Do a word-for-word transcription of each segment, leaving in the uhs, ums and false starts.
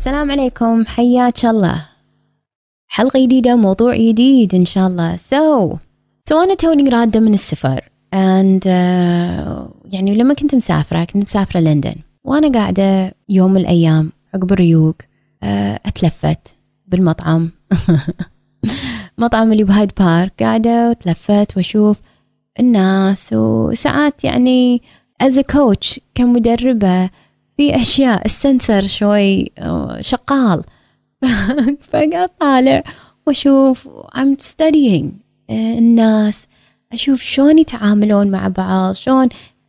السلام عليكم، حياك الله. حلقة جديدة، موضوع جديد إن شاء الله. So so أنا توني رادة من السفر and uh, يعني لما كنت مسافرة كنت مسافرة لندن، وأنا قاعدة يوم من الأيام عقب الريوق uh, أتلفت بالمطعم مطعم اللي بهايد بارك، قاعدة وتلفت وأشوف الناس، وساعات يعني as a coach كمدربة في أشياء السنسر شوي شغال فقاعد طالع وأشوف I'm studying الناس، أشوف شلون يتعاملون مع بعض، شلون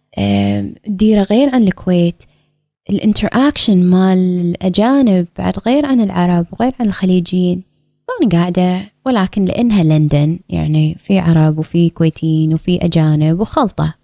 ديرة غير عن الكويت، الانتراكشن مال الأجانب بعد غير عن العرب وغير عن الخليجيين. أنا قاعدة، ولكن لأنها لندن يعني في عرب وفي كويتيين وفي أجانب وخلطة،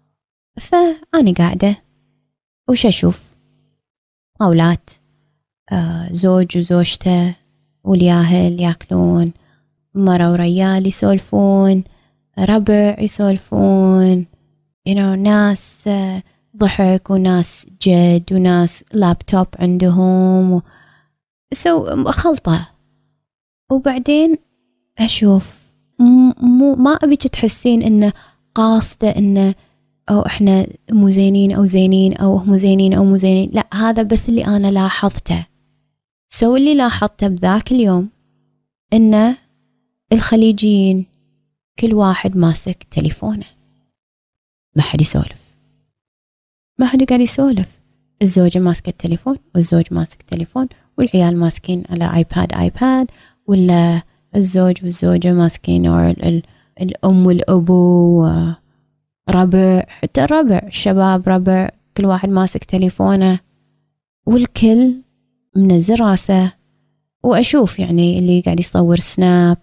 فأنا قاعدة وش أشوف طاولات آه زوج وزوجته والياهل ياكلون، مرة وريال يسولفون، ربع يسولفون، you know ناس آه ضحك وناس جد وناس لابتوب عندهم و... سو خلطة. وبعدين أشوف مو ما أبيك تحسين إنه قاصدة إنه أو إحنا مو زينين أو زينين أو مو زينين أو مو زينين، لا، هذا بس اللي أنا لاحظته. سو اللي لاحظته بذاك اليوم إنه الخليجيين كل واحد ماسك تليفونه، ما حد يسولف، ما حد قاعد يسولف. الزوجة ماسكة التليفون والزوج ماسك التليفون، والعيال ماسكين على آيباد آيباد، ولا الزوج والزوجة ماسكين، أو الأم والأبو ربع، حتى الربع الشباب ربع، كل واحد ماسك تليفونه والكل منزل راسه. وأشوف يعني اللي قاعد يصور سناب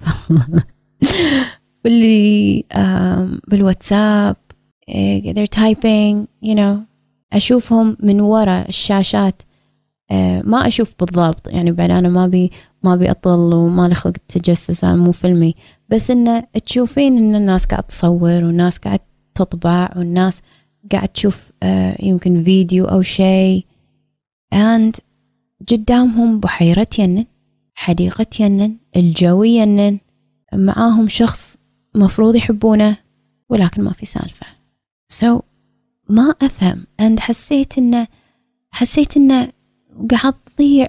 واللي بالواتساب they're typing you know أشوفهم من وراء الشاشات، ما أشوف بالضبط يعني، بعد أنا ما بي ما بي أطل وما لخلق التجسس، أنا مو فيلمي، بس إنه تشوفين إن الناس قاعد تصور والناس قاعد تطبع والناس قاعد تشوف يمكن فيديو أو شيء، and قدامهم بحيرة ينن، حديقة ينن، الجو ينن، معاهم شخص مفروض يحبونه ولكن ما في سالفة. so ما أفهم، and حسيت إنه حسيت إنه قاعد تضيع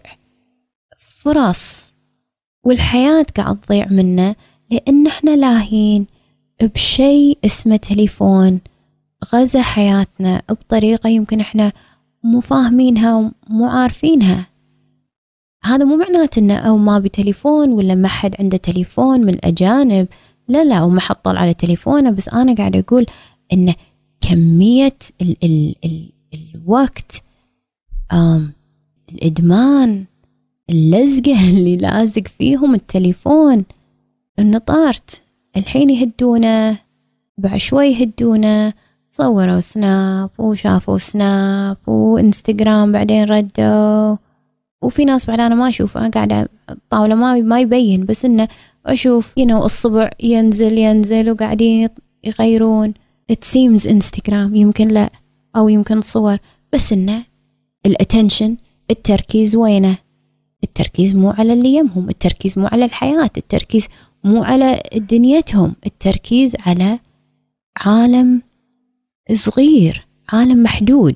فرص، والحياة قاعد تضيع منا، لأن إحنا لاهين بشيء اسمه تليفون غزا حياتنا بطريقة يمكن إحنا مو فاهمينها ومو عارفينها. هذا مو معناته إنه أو ما بتليفون ولا ما حد عنده تليفون من الأجانب، لا لا، وما حط طول على تليفونه، بس أنا قاعدة أقول إن كمية ال ال ال الوقت، آم الإدمان، اللزقة اللي لازق فيهم التليفون، إنه طارت الحين يهدونه، بعد شوي يهدونه، صوروا سناب وشافوا سناب وإنستغرام بعدين ردوا. وفي ناس بعد أنا ما أشوف، أنا قاعدة الطاولة ما ما يبين، بس إنه أشوف you know الصبع ينزل ينزل وقاعدين يغيرون. it seems إنستغرام يمكن لا، أو يمكن صور، بس إنه الاتنشن، التركيز وينه؟ التركيز مو على اللي يمهم، التركيز مو على الحياة، التركيز مو على دنيتهم، التركيز على عالم صغير، عالم محدود،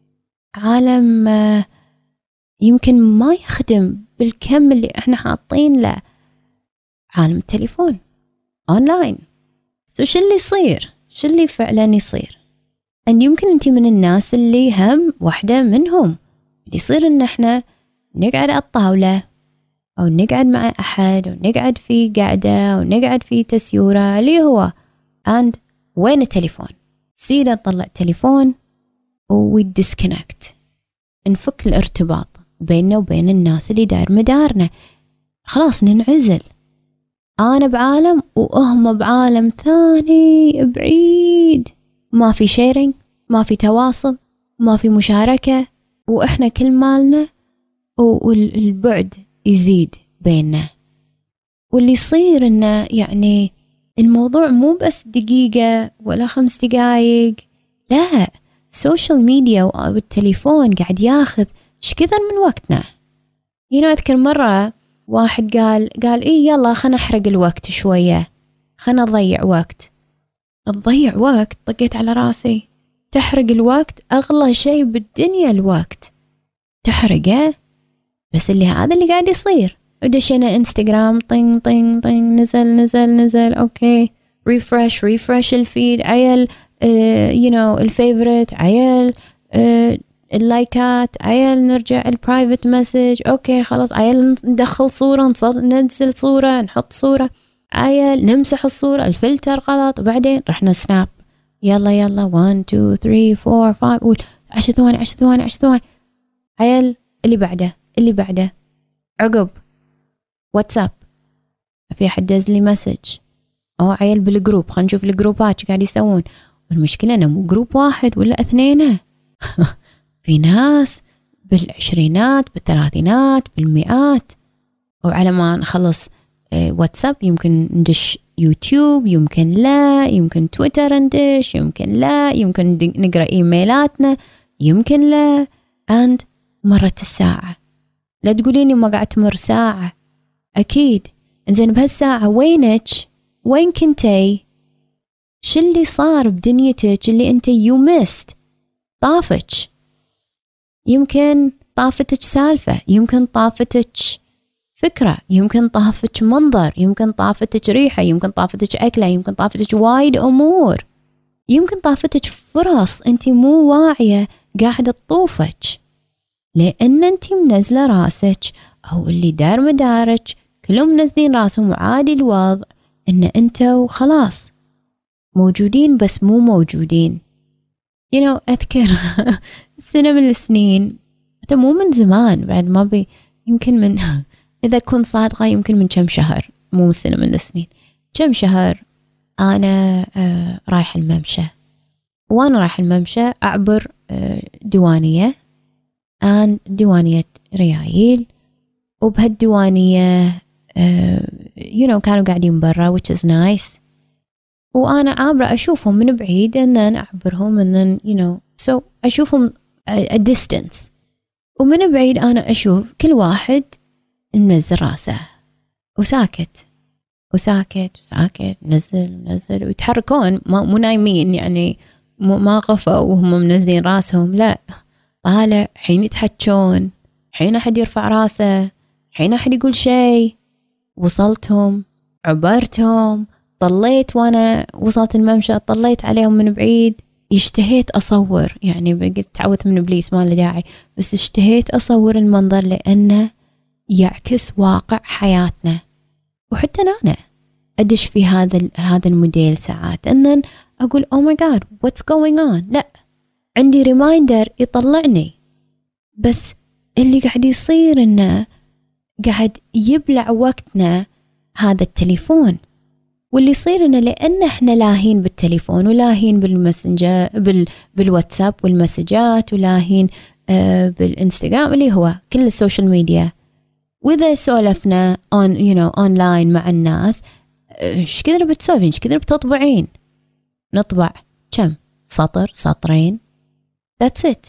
عالم يمكن ما يخدم بالكم اللي احنا حاطين له، عالم التليفون اونلاين. سو شو اللي يصير؟ شو اللي فعلا يصير؟ أن يمكن أنت من الناس اللي هم واحدة منهم، اللي يصير إن احنا نقعد على الطاولة أو نقعد مع أحد أو نقعد في قعدة أو نقعد في تسيورة اللي هو and وين التليفون؟ سيدا نطلع التليفون ويدسكونكت، نفك الارتباط بيننا وبين الناس اللي داير مدارنا، خلاص ننعزل، أنا بعالم وهم بعالم ثاني بعيد، ما في شيرينج، ما في تواصل، ما في مشاركة، وإحنا كل مالنا والبعد يزيد بيننا. واللي يصير إنه يعني الموضوع مو بس دقيقة ولا خمس دقايق، لا، السوشيال ميديا والتليفون قاعد ياخذ ايش كثر من وقتنا. you know أذكر مرة واحد قال قال إيه يلا خلنا نحرق الوقت شوية، خلنا نضيع وقت. تضيع وقت؟ طقيت على راسي. تحرق الوقت؟ أغلى شيء بالدنيا الوقت تحرقه. بس اللي هذا اللي قاعد يصير. ودشينا انستغرام طين طين طين نزل نزل نزل أوكي ريفرش ريفرش الفيد عيل uh, you know الفيفوريت عيل uh, اللايكات عيل نرجع البرايفت مسج أوكي خلاص عيل ندخل صورة ننزل صورة نحط صورة عيل نمسح الصورة الفلتر غلط وبعدين رحنا سناب يلا يلا one two three four five قول عشر ثواني عشر ثواني عشر ثواني عيل اللي بعده اللي بعده عقب واتساب في أحد دز لي مسج أو عيل بالجروب خلينا نشوف الجروبات شو قاعد يسوون. والمشكلة أنه مو جروب واحد ولا اثنين في ناس بالعشرينات بالثلاثينات بالمئات. وعلى ما نخلص واتساب يمكن ندش يوتيوب يمكن لا يمكن تويتر ندش يمكن لا يمكن نقرأ إيميلاتنا يمكن لا. and مرت الساعة لا تقوليني ما قاعد تمر ساعة أكيد. إنزين بهالساعة وينك وين كنتي شو اللي صار بدنيتك اللي أنت you missed طافتك يمكن طافتك سالفة يمكن طافتك فكرة يمكن طافتك منظر يمكن طافتك ريحة يمكن طافتك أكلة يمكن طافتك وايد أمور يمكن طافتك فرص أنت مو واعية قاعدة تطوفك لأن أنت منزلة راسك أو اللي دار مدارك كلهم منزلين راسهم وعادي الوضع إن أنت وخلاص موجودين بس مو موجودين. you know أذكر سنة من السنين حتى مو من زمان بعد ما بي يمكن من إذا كنت صادقة يمكن من كم شهر مو سنة من السنين كم شهر أنا آه رايح الممشى وأنا رايح الممشى أعبر آه ديوانية آن ديوانية ريايل وبهالديوانية آه you know كانوا قاعدين برا which is nice وأنا عابرة أشوفهم من بعيد and then أعبرهم and then you know so أشوفهم a distance ومن بعيد أنا أشوف كل واحد منزل راسه وساكت وساكت وساكت نزل نزل ويتحركون مو نايمين يعني ما غفوا وهم منزلين راسهم لا طالع حين يتحكون حين أحد يرفع راسه حين أحد يقول شيء. وصلتهم عبرتهم طليت وأنا وصلت الممشى طليت عليهم من بعيد اشتهيت أصور يعني قلت تعودت من إبليس ما له داعي بس اشتهيت أصور المنظر لأنه يعكس واقع حياتنا. وحتى أنا أدش في هذا هذا الموديل ساعات أن أقول oh my god what's going on لا عندي ريمايندر يطلعني بس اللي قاعد يصير إنه قاعد يبلع وقتنا هذا التليفون. واللي يصير إنه لأن إحنا لاهين بالتليفون ولاهين بالمسنجر بال بالواتساب والمسجات ولاهين آه بالإنستغرام اللي هو كل السوشيال ميديا وإذا سولفنا on you know online مع الناس إيش كذا بتسولفين إيش كذا بتطبعين نطبع كم سطر سطرين that's it.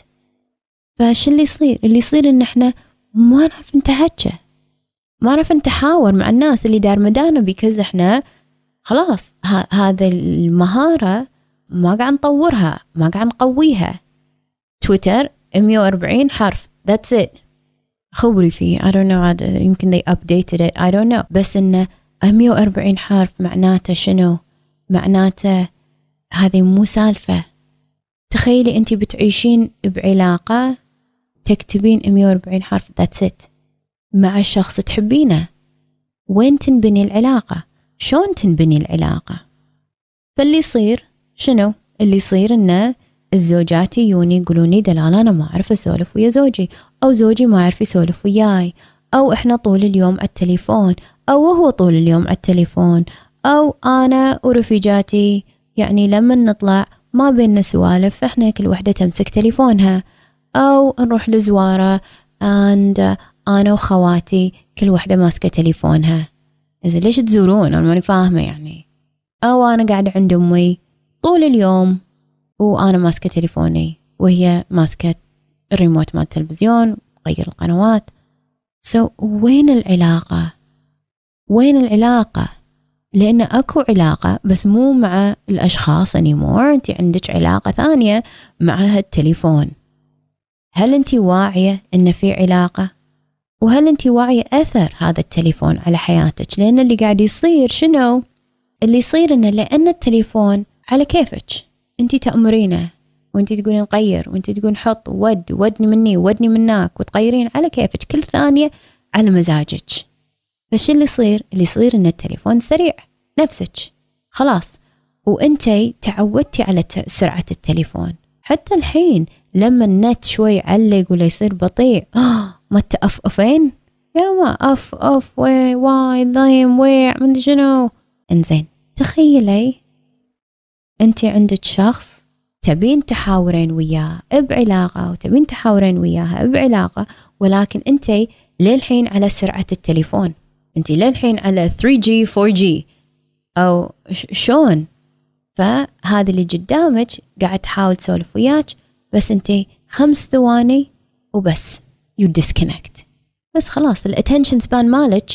فاش اللي يصير اللي يصير إن إحنا ما نعرف نتحكى ما نعرف نتحاور مع الناس اللي دار مدانا بيكز إحنا خلاص ه- هذا المهارة ما قاعد نطورها ما قاعد نقويها. تويتر مية وأربعين حرف that's it خبري فيه I don't know عاد يمكن they updated it I don't know بس إنه مية وأربعين حرف معناته شنو معناته هذه مو سالفة. تخيلي أنت بتعيشين بعلاقة تكتبين مية وأربعين حرف that's it مع شخص تحبينه وين تنبني العلاقة شون تنبني العلاقة. فاللي يصير شنو اللي يصير إنه الزوجات يوني يقولوني دلال أنا ما أعرف أسولف ويا زوجي أو زوجي ما أعرف يسولف وياي أو إحنا طول اليوم على التليفون أو هو طول اليوم على التليفون أو أنا ورفيجاتي يعني لما نطلع ما بيننا سوالف إحنا كل واحدة تمسك تليفونها أو نروح لزوارة and أنا وخواتي كل واحدة ماسكة تليفونها. إذا ليش تزورون أنا ماني فاهمة يعني. أو أنا قاعدة عند أمي طول اليوم وأنا ماسكة تليفوني وهي ماسكة الريموت مال التلفزيون غير القنوات. so وين العلاقة؟ وين العلاقة؟ لأن أكو علاقة بس مو مع الأشخاص anymore. أنت عندك علاقة ثانية مع هالتليفون. هل أنت واعية إن في علاقة؟ وهل أنت واعية أثر هذا التليفون على حياتك؟ لأن اللي قاعد يصير شنو؟ اللي يصير إنه لأن التليفون على كيفك، أنت تأمرينه وأنت تقولين نغير وأنت تقولين حط ود ودني مني ودني منك وتغيرين على كيفك كل ثانية على مزاجك. فش اللي يصير؟ اللي يصير إن التليفون سريع نفسك خلاص، وأنتي تعودتي على سرعة التليفون. حتى الحين لما النت شوي علق ولا يصير بطيء آه ما تأفأفين يا ما أف أف وي واي ضايم ويع من شنو. إنزين تخيلي أنتي عندك شخص تبين تحاورين وياه بعلاقة وتبين تحاورين وياها بعلاقة، ولكن أنتي للحين على سرعة التليفون، أنتي للحين على ثري جي فور جي أو شون. فهذا اللي قدامك قاعد تحاول تسولف وياك بس أنتي خمس ثواني وبس you disconnect. بس خلاص الاتنشن سبان مالك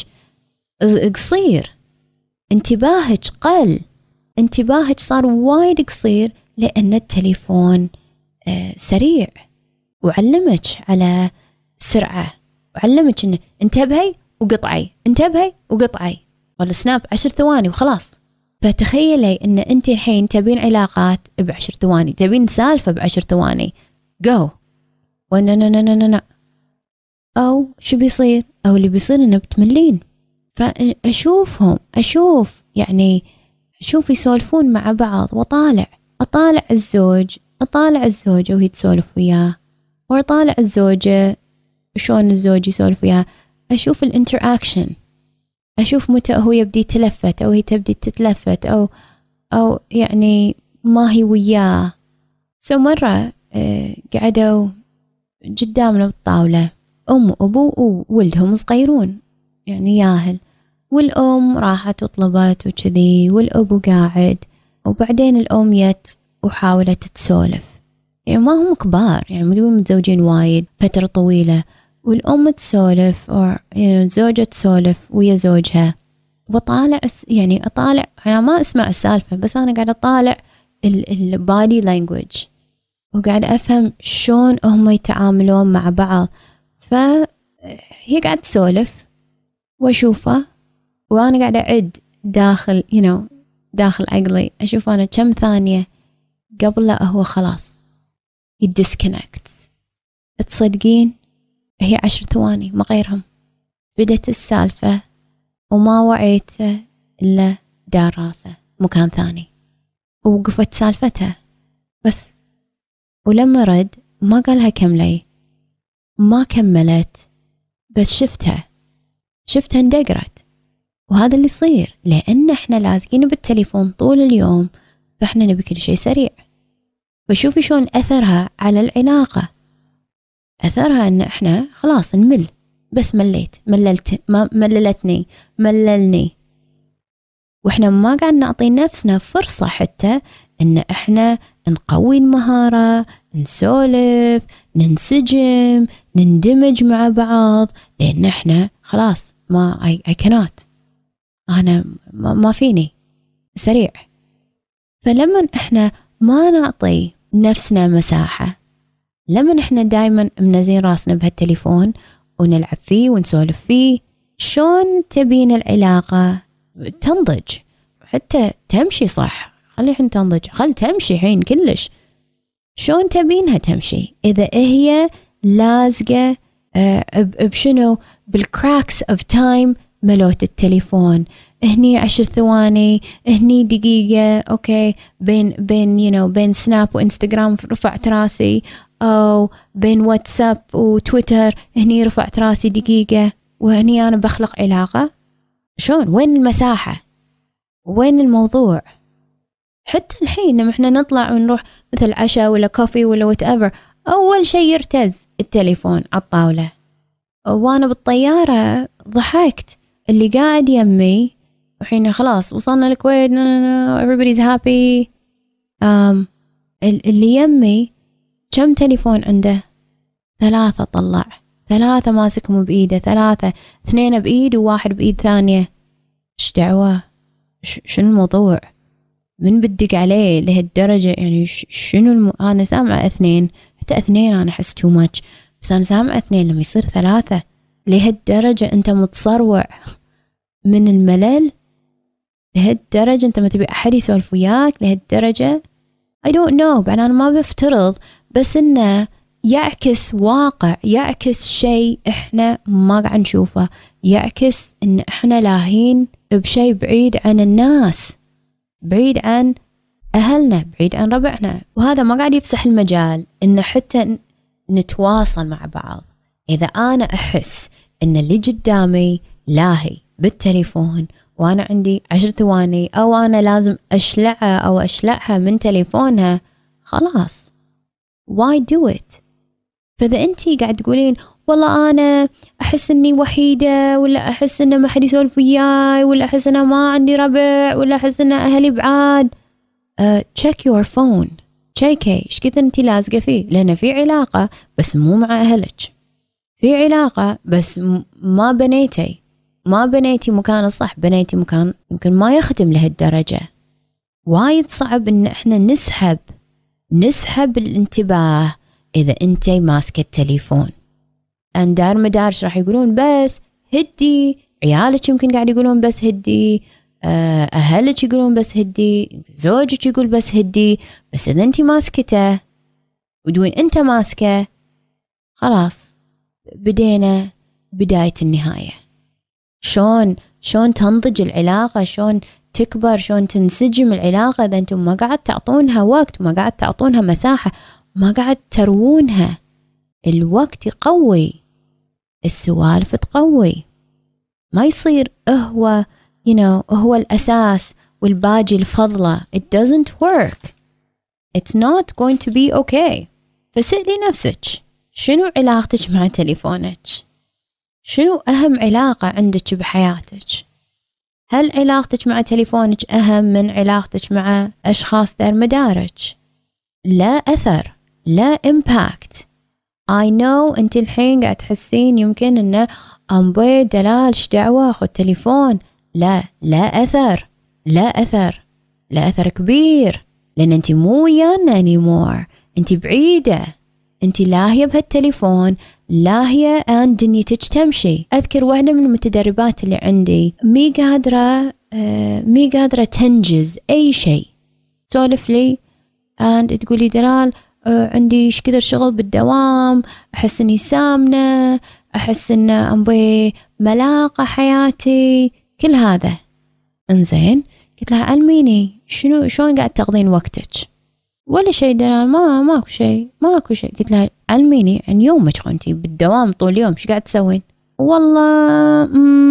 قصير، انتباهك قل، انتباهك صار وايد قصير لأن التليفون آه سريع وعلمك على سرعة وعلمك إنه انتبهي وقطعي انتبهي وقطعي، ولا سناب عشر ثواني وخلاص. فتخيلي إن أنت الحين تبين علاقات بعشر ثواني، تبين سالفة بعشر ثواني go وانا نا نا نا نا أو شو بيصير؟ أو اللي بيصير إنه بتملين. فأشوفهم أشوف يعني أشوف يسولفون مع بعض وطالع أطالع الزوج أطالع الزوجة وهي تسولف وياه، وأطالع الزوجة شلون الزوج يسولف وياه، أشوف الانتراكشن، أشوف متى هو يبدي يتلفت أو هي تبدي تتلفت أو أو يعني ما هي وياه. سو مرة آه قعدوا قدامنا بالطاولة أم وأبو وولدهم صغيرون يعني ياهل، والأم راحت وطلبت وكذي والأبو قاعد، وبعدين الأم يت وحاولت تسولف، يعني ما هم كبار يعني مدوين متزوجين وايد فترة طويلة، والأم تسولف أو يعني الزوجة تسولف ويا زوجها، وطالع يعني أطالع أنا ما أسمع السالفة بس أنا قاعدة أطالع البادي لانجويج وقاعد أفهم شون هم يتعاملون مع بعض. فهي قاعدة تسولف وأشوفه وأنا قاعدة أعد داخل you know داخل عقلي أشوف أنا كم ثانية قبل لا هو خلاص يديسكونكت. تصدقين هي عشر ثواني ما غيرهم. بدت السالفة وما وعيت إلا دار راسه مكان ثاني ووقفت سالفتها بس. ولما رد ما قالها كملي ما كملت بس شفتها شفتها اندقرت. وهذا اللي يصير لأن احنا لازقين بالتليفون طول اليوم، فاحنا نبي كل شيء سريع. فشوفي شون أثرها على العلاقة. أثرها أن احنا خلاص نمل، بس مليت مللت ما مللتني مللني، واحنا ما قاعد نعطي نفسنا فرصة حتى ان احنا نقوي المهارة، نسولف، ننسجم، نندمج مع بعض، لان احنا خلاص ما I, I cannot انا ما, ما فيني سريع. فلما احنا ما نعطي نفسنا مساحة، لما احنا دايما منزين راسنا بهالتليفون ونلعب فيه ونسولف فيه، شون تبين العلاقة تنضج حتى تمشي صح؟ خلي حين تنضج، خل تمشي حين كلش. شون تبينها تمشي إذا هي لازقة آه بشنو بالكراكس اوف تايم ملوت التليفون؟ هني عشر ثواني، هني دقيقة، اوكي بين بين يو you know, بين سناب وانستغرام رفعت راسي، او بين واتساب وتويتر هني رفعت راسي دقيقة، وهني انا بخلق علاقة. شون؟ وين المساحة؟ وين الموضوع؟ حتى الحين لما احنا نطلع ونروح مثل عشاء ولا كوفي ولا whatever، اول شيء يرتز التليفون على الطاولة. وانا بالطيارة ضحكت، اللي قاعد يمي وحين خلاص وصلنا الكويت no, no, no, everybody's happy. um, اللي يمي كم تليفون عنده؟ ثلاثة طلع ثلاثة ماسكهم بإيده، ثلاثة، اثنين بإيد وواحد بإيد ثانية. إيش دعوة؟ شنو الموضوع؟ من بدق عليه لهالدرجة؟ يعني شنو الم... أنا سامعة اثنين، حتى اثنين أنا أحس too much، بس أنا سامعة اثنين لما يصير ثلاثة لهالدرجة أنت متصروع من الملل، لهالدرجة أنت ما تبي أحد يسولف وياك، لهالدرجة I don't know. بعد أنا ما بفترض، بس إنه يعكس واقع، يعكس شيء إحنا ما قاعد نشوفه، يعكس إن إحنا لاهين بشيء بعيد عن الناس، بعيد عن أهلنا، بعيد عن ربعنا. وهذا ما قاعد يفسح المجال إن حتى نتواصل مع بعض. إذا أنا أحس إن اللي قدامي لاهي بالتليفون وأنا عندي عشر ثواني، أو أنا لازم أشلعها أو أشلعها من تليفونها، خلاص why do it؟ فإذا أنتي قاعد تقولين والله أنا أحس إني وحيدة، ولا أحس إن ما حد يسولف وياي، ولا أحس إن ما عندي ربع، ولا أحس إن أهلي بعاد، uh, check your phone، checkي إيش كثر أنتي لازقة فيه، لأن في علاقة بس مو مع أهلك، في علاقة بس ما بنيتي ما بنيتي مكان الصح، بنيتي مكان يمكن ما يخدم لهالدرجة. وايد صعب إن إحنا نسحب نسحب الانتباه إذا أنتي ماسكة التليفون. أندار مدارس راح يقولون بس هدي، عيالك يمكن قاعد يقولون بس هدي، أهلك يقولون بس هدي، زوجك يقول بس هدي، بس إذا أنتي ماسكته ودوين أنت ماسكة، خلاص بدينا بداية النهاية. شون شون تنضج العلاقة، شون تكبر، شون تنسجم العلاقة إذا أنتم ما قاعد تعطونها وقت، ما قاعد تعطونها مساحة، ما قاعد تروونها. الوقت يقوي، السوالف تقوي، ما يصير هو you know هو الأساس والباقي الفضلة. It doesn't work. It's not going to be okay. فسألي نفسك، شنو علاقتك مع تليفونك؟ شنو أهم علاقة عندك بحياتك؟ هل علاقتك مع تليفونك أهم من علاقتك مع أشخاص دار مدارك؟ لا أثر، لا impact. I know أنت الحين قاعد تحسين يمكن إنه أمبي دلال إيش دعوة خد تليفون. لا لا أثر، لا أثر، لا أثر كبير، لأن أنت مو ويانا anymore. أنت بعيدة، أنت لاهية بهالتليفون، لاهية أن دنيتك تمشي. أذكر واحدة من المتدربات اللي عندي مي قادرة آه مي قادرة تنجز أي شيء، سولف لي and تقولي دلال آه عندي إيش كثر شغل بالدوام، أحس إني سامنة، أحس إن أبي ملاقة حياتي، كل هذا. إنزين قلت لها علميني شنو شلون قاعد تقضين وقتك؟ ولا شيء دلال، ما ماكو شيء ماكو شيء. قلت لها علميني عن يومك، انتي بالدوام طول اليوم ايش قاعد تسوين؟ والله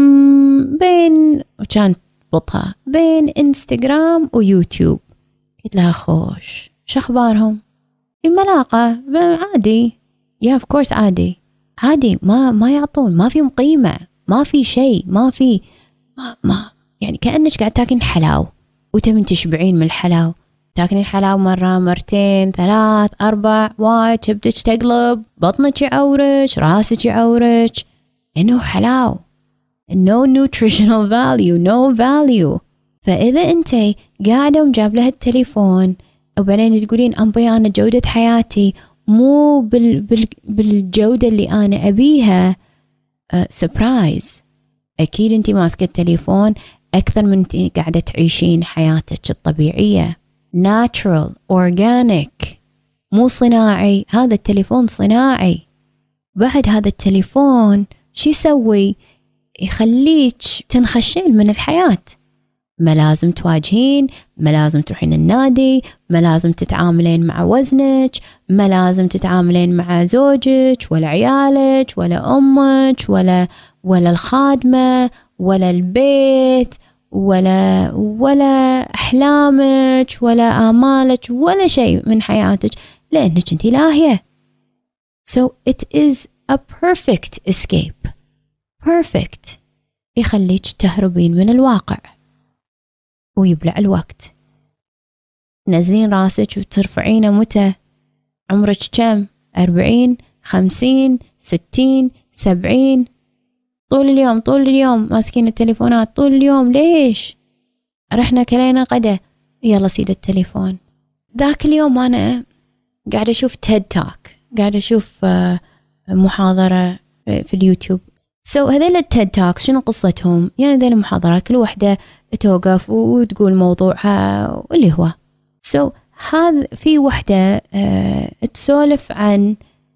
بين، وكانت بطها بين انستغرام ويوتيوب. قلت لها خوش شو اخبارهم؟ الملاقة عادي، يا اوف كورس عادي عادي، ما ما يعطون، ما فيهم قيمة، ما في شيء، ما في ما, ما يعني كأنك قاعد تاكلين حلاو وتبين تشبعين من الحلاو، تاكلين حلاو مرة مرتين ثلاث أربع، وايد تبدك تقلب، بطنك يعورك، راسك يعورك، إنه حلاو no nutritional value no value. فإذا أنتي قاعدة ومجاب لها التليفون وبعدين تقولين أنبي أنا جودة حياتي مو بال بال بالجودة اللي أنا أبيها، سبرايز uh, أكيد أنتي ماسكة التليفون أكثر من أنتي قاعدة تعيشين حياتك الطبيعية natural organic، مو صناعي. هذا التليفون صناعي. بعد هذا التليفون شو يسوي؟ يخليك تنخشين من الحياة، ما لازم تواجهين، ما لازم تروحين النادي، ما لازم تتعاملين مع وزنك، ما لازم تتعاملين مع زوجك ولا عيالك ولا أمك ولا ولا الخادمة ولا البيت ولا ولا أحلامك ولا آمالك ولا شيء من حياتك، لأنك أنت لاهية. So it is a perfect escape. perfect يخليك تهربين من الواقع ويبلع الوقت. نزلين راسك وترفعينه متى؟ عمرك كم؟ أربعين خمسين ستين سبعين طول اليوم طول اليوم ماسكين التليفونات طول اليوم. ليش؟ رحنا كلينا غدا يلا سيد التليفون. ذاك اليوم أنا قاعدة أشوف تيد توك، قاعدة أشوف محاضرة في اليوتيوب. سو so, هذيل التيد توكس شنو قصتهم؟ يعني هذيل المحاضرات كل واحدة توقف وتقول موضوعها واللي هو سو so, هذا في وحدة أه تسولف عن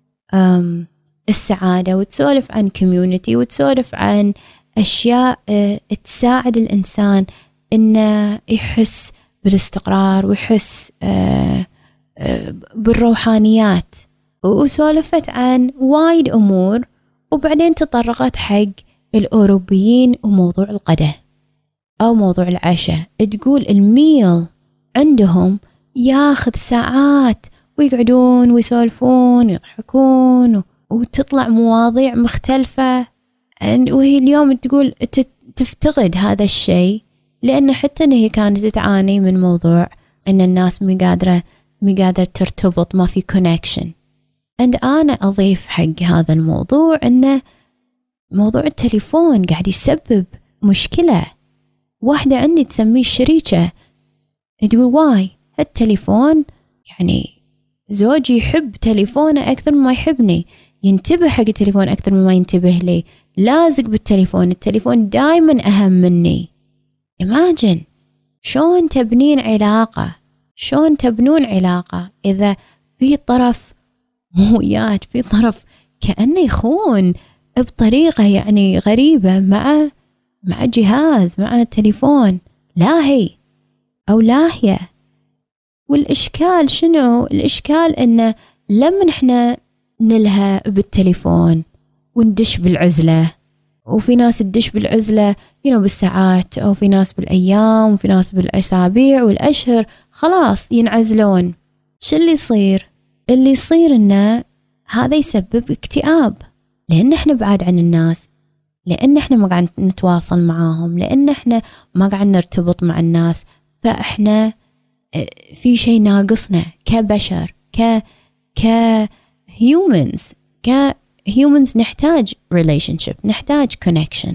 السعادة وتسولف عن كوميونيتي وتسولف عن أشياء أه تساعد الإنسان إنه يحس بالاستقرار ويحس أه أه بالروحانيات، وسولفت عن وايد أمور. وبعدين تطرقت حق الأوروبيين وموضوع الغداء أو موضوع العشاء. تقول الميل عندهم ياخذ ساعات ويقعدون ويسولفون ويضحكون وتطلع مواضيع مختلفة، وهي اليوم تقول تفتقد هذا الشيء، لأن حتى هي كانت تعاني من موضوع أن الناس مي قادرة مي قادرة ترتبط، ما في connection. and أنا أضيف حق هذا الموضوع أنه موضوع التليفون قاعد يسبب مشكلة. واحدة عندي تسميه الشريكة، تقول واي التليفون، يعني زوجي يحب تليفونه أكثر مما يحبني، ينتبه حق التليفون أكثر مما ينتبه لي، لازق بالتليفون، التليفون دايما أهم مني. imagine شون تبنين علاقة، شون تبنون علاقة إذا في طرف مويات، في طرف كأنه يخون بطريقة يعني غريبة مع مع جهاز، مع تليفون لاهي أو لاهية. والإشكال شنو؟ الإشكال إنه لما نحنا نلهى بالتليفون وندش بالعزلة، وفي ناس تدش بالعزلة ينو بالساعات، أو في ناس بالأيام، وفي ناس بالأسابيع والأشهر، خلاص ينعزلون. شو اللي يصير؟ اللي يصير إنه هذا يسبب اكتئاب، لأن إحنا بعاد عن الناس، لأن إحنا ما قاعد نتواصل معاهم، لأن إحنا ما قاعد نرتبط مع الناس، فإحنا في شيء ناقصنا كبشر، ك ك humans ك humans نحتاج relationship، نحتاج connection.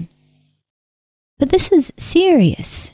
but this is serious.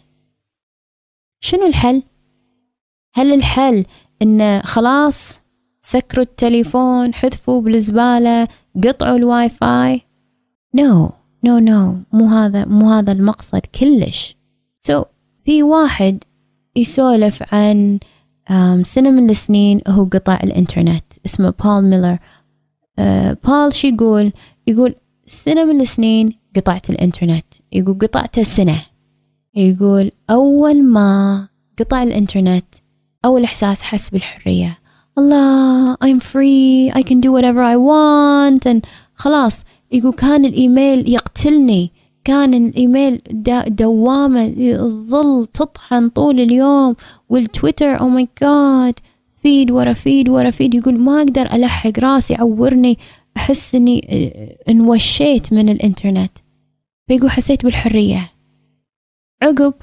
شنو الحل؟ هل الحل إن خلاص سكروا التليفون، حذفوا بالزبالة، قطعوا الواي فاي؟ no no no مو هذا مو هذا المقصد كلش. so في واحد يسولف عن سنة من السنين هو قطع الإنترنت، اسمه بول ميلر. أه بول شو يقول؟ يقول سنة من السنين قطعت الإنترنت، يقول قطعته سنة. يقول أول ما قطع الإنترنت أول إحساس حس بالحرية، الله I'm free I can do whatever I want and خلاص. يقول كان الإيميل يقتلني، كان الإيميل دوامة تظل تطحن طول اليوم، والتويتر oh my god فيد ورا فيد ورا فيد. يقول ما أقدر ألحق، راسي عورني، أحس أني انوشيت من الإنترنت. فيقول حسيت بالحرية. عقب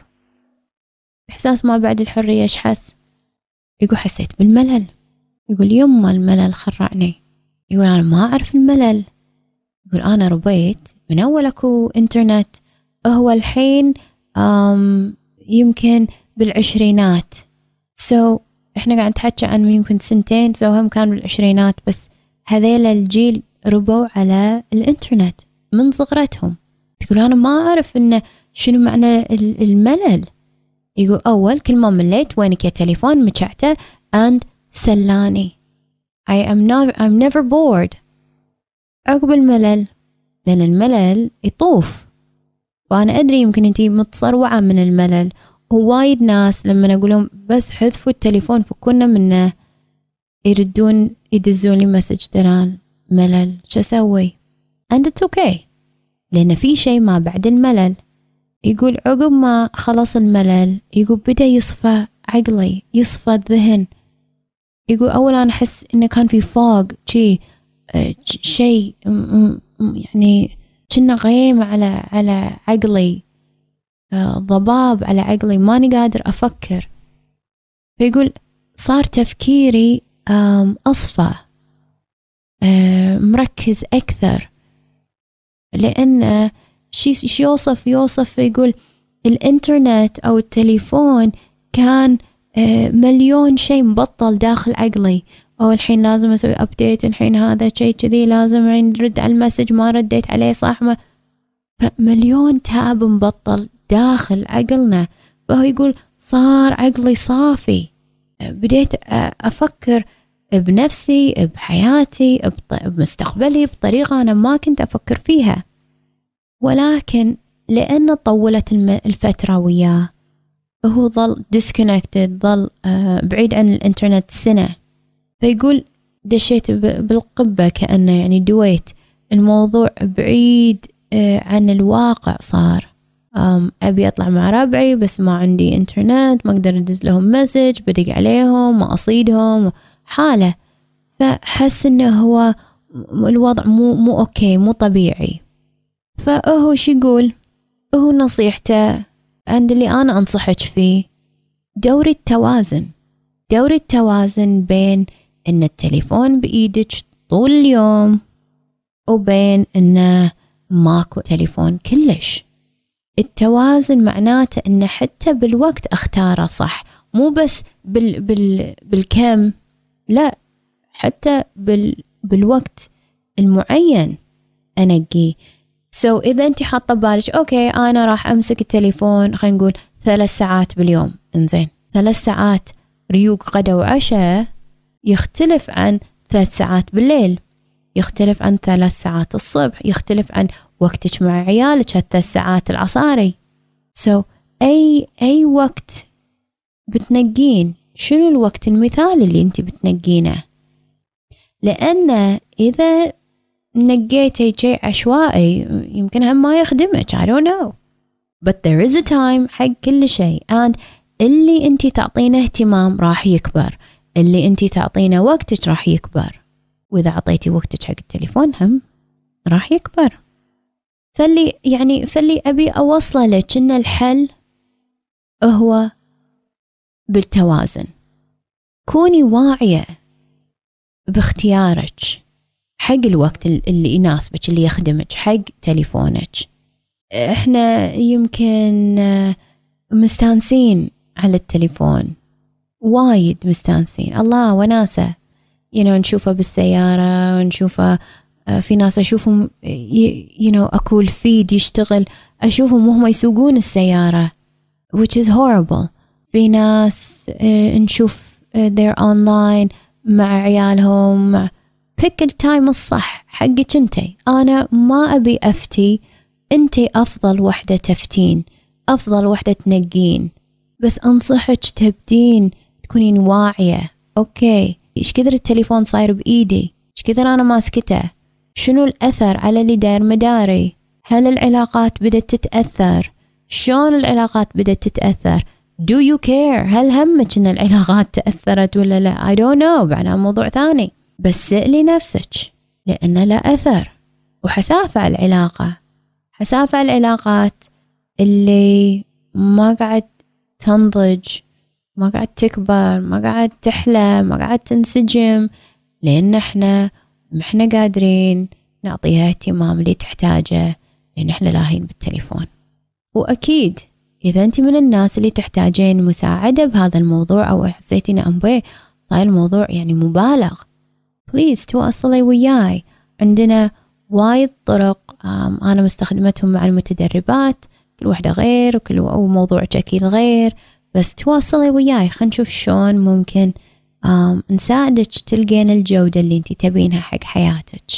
إحساس ما بعد الحرية إيش حس؟ يقول حسيت بالملل. يقول يما الملل خرعني. يقول أنا ما أعرف الملل. يقول أنا ربيت من أول أكو إنترنت، هو الحين أم يمكن بالعشرينات. سو so, إحنا قاعد نتحكي عن يمكن سنتين، سو so هم كانوا بالعشرينات، بس هذيل الجيل ربوا على الإنترنت من صغرتهم. يقول أنا ما أعرف إنه شنو معنى الملل. يقول أول كل ما مليت وينك يا تليفون مشعته and سلاني. I am not I'm never bored. عقب الملل، لأن الملل يطوف، وأنا أدري يمكن أنتي متصروعة من الملل، ووايد ناس لما أقولهم بس حذفوا التليفون فكونا منه يردون يدزون لي مسج دلال ملل، شو أسوي؟ and it's okay، لأن في شيء ما بعد الملل. يقول عقب ما خلص الملل، يقول بدأ يصفى عقلي، يصفى الذهن. يقول أول أنا أحس إنه كان في فوق شيء شيء يعني كنا غيم على على عقلي، ضباب على عقلي، ماني قادر أفكر. فيقول صار تفكيري أصفى، آه مركز أكثر، لأن شي يوصف يوصف يقول الإنترنت أو التليفون كان آه مليون شيء مبطل داخل عقلي، أو الحين لازم أسوي أبديت، الحين هذا شيء كذي لازم الحين رد على المسج ما رديت عليه صح، ما فمليون تاب مبطل داخل عقلنا. فهو يقول صار عقلي صافي، بديت أفكر بنفسي بحياتي بمستقبلي بطريقة أنا ما كنت أفكر فيها، ولكن لأن طولت الفترة وياه فهو ظل disconnected، ظل بعيد عن الإنترنت سنة. فيقول دشيت بالقبة كأنه يعني دويت، الموضوع بعيد عن الواقع صار. أبي أطلع مع ربعي بس ما عندي إنترنت، ما أقدر أدز لهم مسج، بدق عليهم ما أصيدهم حالة. فحس إنه هو الوضع مو مو أوكي، مو طبيعي. فهو شو يقول؟ هو نصيحته عند اللي أنا أنصحك فيه، دوري التوازن، دوري التوازن بين إن التليفون بإيدك طول اليوم وبين إنه ماكو تليفون كلش. التوازن معناته إن حتى بالوقت أختاره صح، مو بس بال بال بالكم، لا حتى بال بالوقت المعين أنقيه. سو so إذا أنت حاطة بالك أوكي أنا راح أمسك التليفون خلينا نقول ثلاث ساعات باليوم، إنزين ثلاث ساعات ريوق غدا وعشاء يختلف عن ثلاث ساعات بالليل، يختلف عن ثلاث ساعات الصبح، يختلف عن وقتك مع عيالك هالثلاث ساعات العصاري. سو so, أي أي وقت بتنقين، شنو الوقت المثالي اللي أنت بتنقينه؟ لأن إذا نقيتي شيء عشوائي يمكن هم ما يخدمك. I don't know but there is a time حق كل شيء، and اللي أنت تعطينه اهتمام راح يكبر، اللي أنت تعطينه وقتك راح يكبر، وإذا عطيتي وقتك حق التليفون هم راح يكبر. فاللي يعني فاللي أبي أوصله لك إن الحل هو بالتوازن. كوني واعية باختيارك حق الوقت اللي يناسبك، اللي يخدمك، حق تليفونك. احنا يمكن مستانسين على التليفون، وايد مستانسين، الله وناسة، you know نشوفه بالسيارة ونشوفه في ناس أشوفهم you know أكول فيد يشتغل، أشوفهم وهم يسوقون السيارة which is horrible. في ناس نشوف they're online مع عيالهم، مع pick التايم الصح حقك انتي. أنا ما أبي أفتي، انتي أفضل وحدة تفتين، أفضل وحدة تنقين، بس أنصحك تبدين تكونين واعية. أوكي إيش كثر التليفون صاير بإيدي، إيش كثر أنا ماسكته، شنو الأثر على اللي داير مداري، هل العلاقات بدأت تتأثر، شلون العلاقات بدأت تتأثر، do you care، هل همك إن العلاقات تأثرت ولا لا؟ I don't know، بعدها موضوع ثاني، بس سألي نفسك لأن لا أثر وحسافة على العلاقة، حسافة على العلاقات اللي ما قاعد تنضج، ما قاعد تكبر، ما قاعد تحلى، ما قاعد تنسجم، لأن احنا ما احنا قادرين نعطيها اهتمام اللي تحتاجه، لأن احنا لاهين بالتليفون. وأكيد إذا أنت من الناس اللي تحتاجين مساعدة بهذا الموضوع، أو حسيتين أنبي صاير الموضوع يعني مبالغ، بليز تواصلي وياي. عندنا وايد طرق أنا مستخدمتهم مع المتدربات، كل واحدة غير وكل وموضوع أكيد غير، بس تواصلي وياي خلينا نشوف شلون ممكن نساعدك تلقين الجودة اللي انتي تبينها حق حياتك.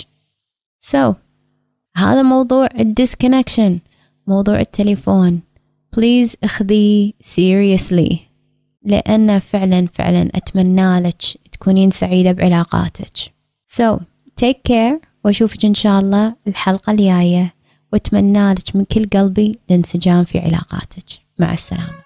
so هذا موضوع الديسكونكشن، موضوع التليفون، بليز اخذيه seriously، لأن فعلا فعلا أتمنى لك تكونين سعيدة بعلاقاتك. so take care، وأشوفك إن شاء الله الحلقة الجاية، وأتمنى لك من كل قلبي الانسجام في علاقاتك. مع السلامة.